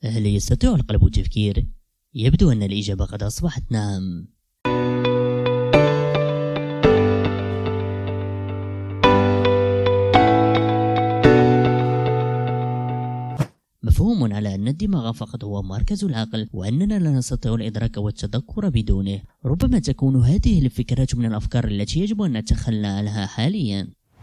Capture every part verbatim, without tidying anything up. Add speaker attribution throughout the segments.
Speaker 1: هل يستطيع القلب التفكير؟ يبدو أن الإجابة قد أصبحت نعم. مفهوم على أن الدماغ فقط هو مركز العقل وأننا لا نستطيع الإدراك والتذكر بدونه. ربما تكون هذه الفكرة من الأفكار التي يجب أن نتخلى عنها حاليا.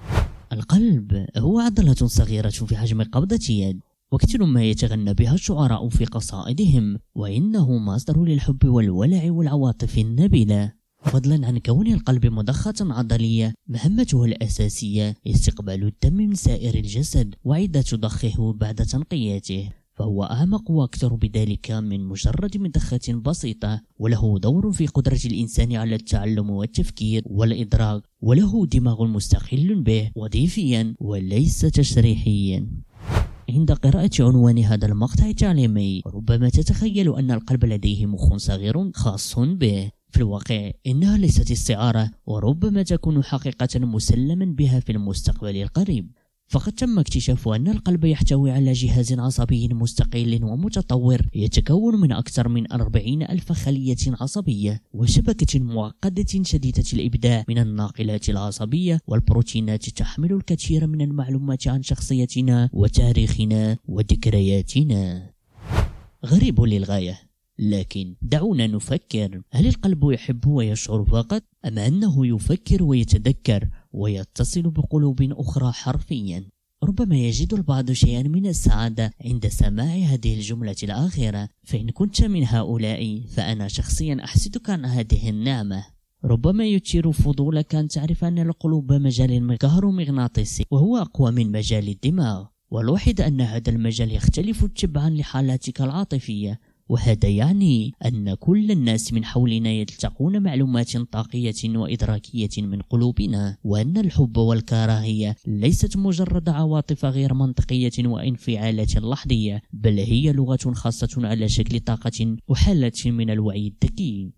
Speaker 1: القلب هو عضلة صغيرة في حجم قبضة يد، وكثير ما يتغنى بها الشعراء في قصائدهم، وإنه مصدر للحب والولع والعواطف النبيلة. فضلا عن كون القلب مضخة عضلية، مهمته الأساسية استقبال الدم من سائر الجسد وإعادة ضخه بعد تنقيته، فهو أعمق وأكثر بذلك من مجرد مضخة بسيطة، وله دور في قدرة الإنسان على التعلم والتفكير والإدراك، وله دماغ مستقل به وظيفيا وليس تشريحيا. عند قراءة عنوان هذا المقطع التعليمي ربما تتخيل أن القلب لديه مخ صغير خاص به. في الواقع إنها ليست استعارة، وربما تكون حقيقة مسلما بها في المستقبل القريب. فقد تم اكتشاف أن القلب يحتوي على جهاز عصبي مستقل ومتطور يتكون من أكثر من أربعين ألف خلية عصبية وشبكة معقدة شديدة الإبداع من الناقلات العصبية والبروتينات تحمل الكثير من المعلومات عن شخصيتنا وتاريخنا وذكرياتنا. غريب للغاية، لكن دعونا نفكر، هل القلب يحب ويشعر فقط، أم أنه يفكر ويتذكر ويتصل بقلوب أخرى حرفيا؟ ربما يجد البعض شيئا من السعادة عند سماع هذه الجملة الأخيرة، فإن كنت من هؤلاء فأنا شخصيا أحسدك عن هذه النعمة. ربما يثير فضولك أن تعرف أن القلوب مجال كهرومغناطيسي وهو أقوى من مجال الدماغ، ولوحظ أن هذا المجال يختلف تبعا لحالاتك العاطفية، وهذا يعني أن كل الناس من حولنا يلتقون معلومات طاقية وإدراكية من قلوبنا، وأن الحب والكراهية ليست مجرد عواطف غير منطقية وانفعالات لحظية، بل هي لغة خاصة على شكل طاقة وحالة من الوعي الذكي.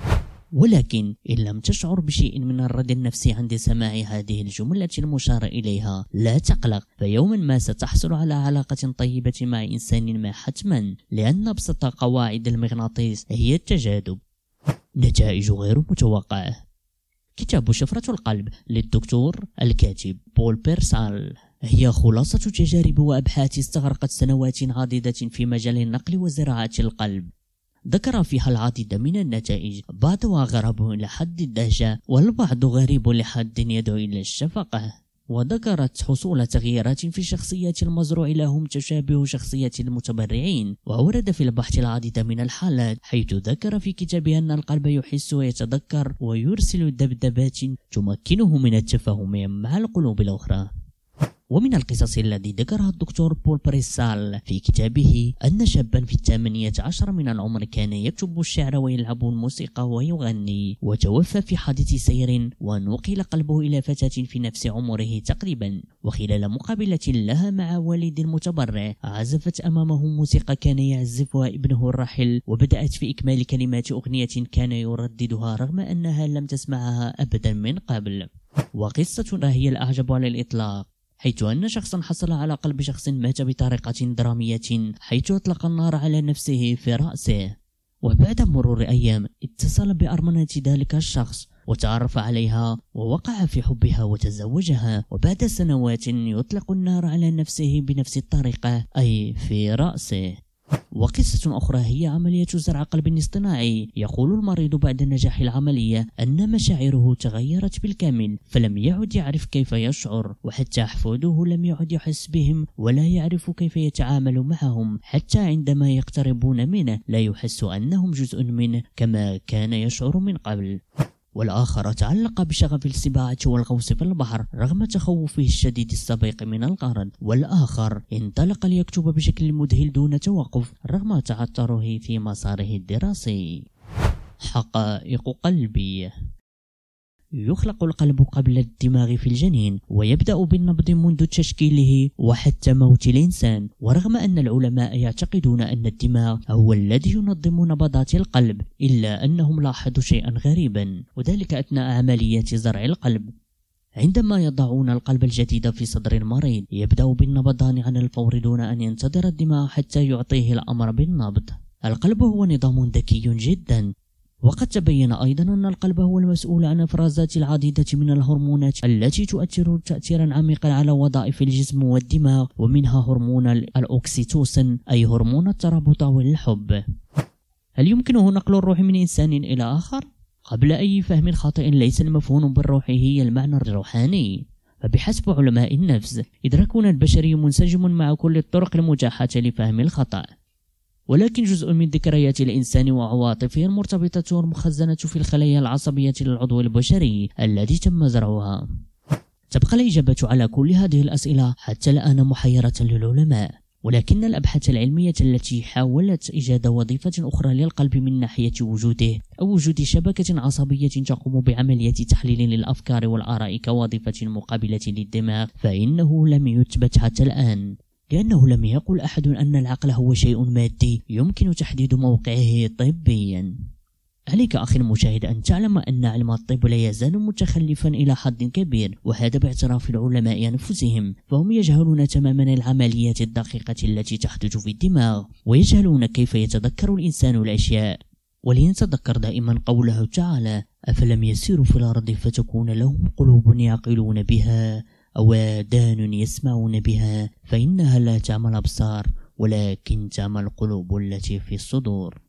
Speaker 1: ولكن إن لم تشعر بشيء من الرد النفسي عند سماع هذه الجملة المشار إليها، لا تقلق، فيوما ما ستحصل على علاقة طيبة مع إنسان ما حتما، لأن أبسط قواعد المغناطيس هي التجاذب. نتائج غير متوقعة. كتاب شفرة القلب للدكتور الكاتب بول بيرسال هي خلاصة تجارب وأبحاث استغرقت سنوات عديدة في مجال النقل وزراعة القلب. ذكر فيها العديد من النتائج، بعضها غريب إلى حد الدهشة، والبعض غريب لحد يدعو إلى الشفقة. وذكرت حصول تغييرات في شخصيات المزروع لهم تشابه شخصية المتبرعين. وورد في البحث العديد من الحالات، حيث ذكر في كتابه أن القلب يحس ويتذكر ويرسل ذبذبات تمكنه من التفاهم مع القلوب الأخرى. ومن القصص الذي ذكرها الدكتور بول بريسال في كتابه أن شابا في الثامنية عشر من العمر كان يكتب الشعر ويلعب الموسيقى ويغني، وتوفى في حادث سير، ونقل قلبه إلى فتاة في نفس عمره تقريبا. وخلال مقابلة لها مع والد المتبرع عزفت أمامه موسيقى كان يعزفها ابنه الراحل، وبدأت في إكمال كلمات أغنية كان يرددها رغم أنها لم تسمعها أبدا من قبل. وقصتنا هي الأعجب على الإطلاق، حيث أن شخصا حصل على قلب شخص مات بطريقة درامية، حيث أطلق النار على نفسه في رأسه. وبعد مرور أيام اتصل بأرملة ذلك الشخص وتعرف عليها ووقع في حبها وتزوجها، وبعد سنوات يطلق النار على نفسه بنفس الطريقة، أي في رأسه. وقصة أخرى هي عملية زرع قلب اصطناعي. يقول المريض بعد نجاح العملية أن مشاعره تغيرت بالكامل، فلم يعد يعرف كيف يشعر، وحتى أحفاده لم يعد يحس بهم ولا يعرف كيف يتعامل معهم، حتى عندما يقتربون منه لا يحس أنهم جزء منه كما كان يشعر من قبل. والآخر تعلق بشغف السباحة والغوص في البحر رغم تخوفه الشديد السابق من الغرق، والآخر انطلق ليكتب بشكل مذهل دون توقف رغم تعثره في مساره الدراسي. حقائق قلبي. يخلق القلب قبل الدماغ في الجنين، ويبدأ بالنبض منذ تشكيله وحتى موت الإنسان. ورغم أن العلماء يعتقدون أن الدماغ هو الذي ينظم نبضات القلب، إلا أنهم لاحظوا شيئا غريبا، وذلك أثناء عملية زرع القلب. عندما يضعون القلب الجديد في صدر المريض يبدأ بالنبضان على الفور دون أن ينتظر الدماغ حتى يعطيه الأمر بالنبض. القلب هو نظام ذكي جدا، وقد تبين أيضا أن القلب هو المسؤول عن إفرازات العديدة من الهرمونات التي تؤثر تأثيرا عميقا على وظائف الجسم والدماغ، ومنها هرمون الأوكسيتوسين أي هرمون الترابط والحب. هل يمكنه نقل الروح من إنسان إلى آخر؟ قبل أي فهم خاطئ، ليس المفهوم بالروح هي المعنى الروحاني، فبحسب علماء النفس إدراكنا البشري منسجم مع كل الطرق المتاحة لفهم الخطأ، ولكن جزء من ذكريات الإنسان وعواطفه المرتبطة والمخزنة في الخلايا العصبية للعضو البشري الذي تم زرعها. تبقى الإجابة على كل هذه الأسئلة حتى الآن محيرة للعلماء، ولكن الأبحاث العلمية التي حاولت إيجاد وظيفة أخرى للقلب من ناحية وجوده أو وجود شبكة عصبية تقوم بعملية تحليل للأفكار والآراء كوظيفة مقابلة للدماغ، فإنه لم يثبت حتى الآن، لأنه لم يقل أحد أن العقل هو شيء مادي يمكن تحديد موقعه طبيا. عليك أخي المشاهد أن تعلم أن علم الطب لا يزال متخلفا إلى حد كبير، وهذا باعتراف العلماء أنفسهم، فهم يجهلون تماما العمليات الدقيقة التي تحدث في الدماغ، ويجهلون كيف يتذكر الإنسان الأشياء. ولنتذكر دائما قوله تعالى: أفلم يسيروا في الأرض فتكون لهم قلوب يعقلون بها أو آذان يسمعون بها فإنها لا تعمى الأبصار ولكن تعمى القلوب التي في الصدور.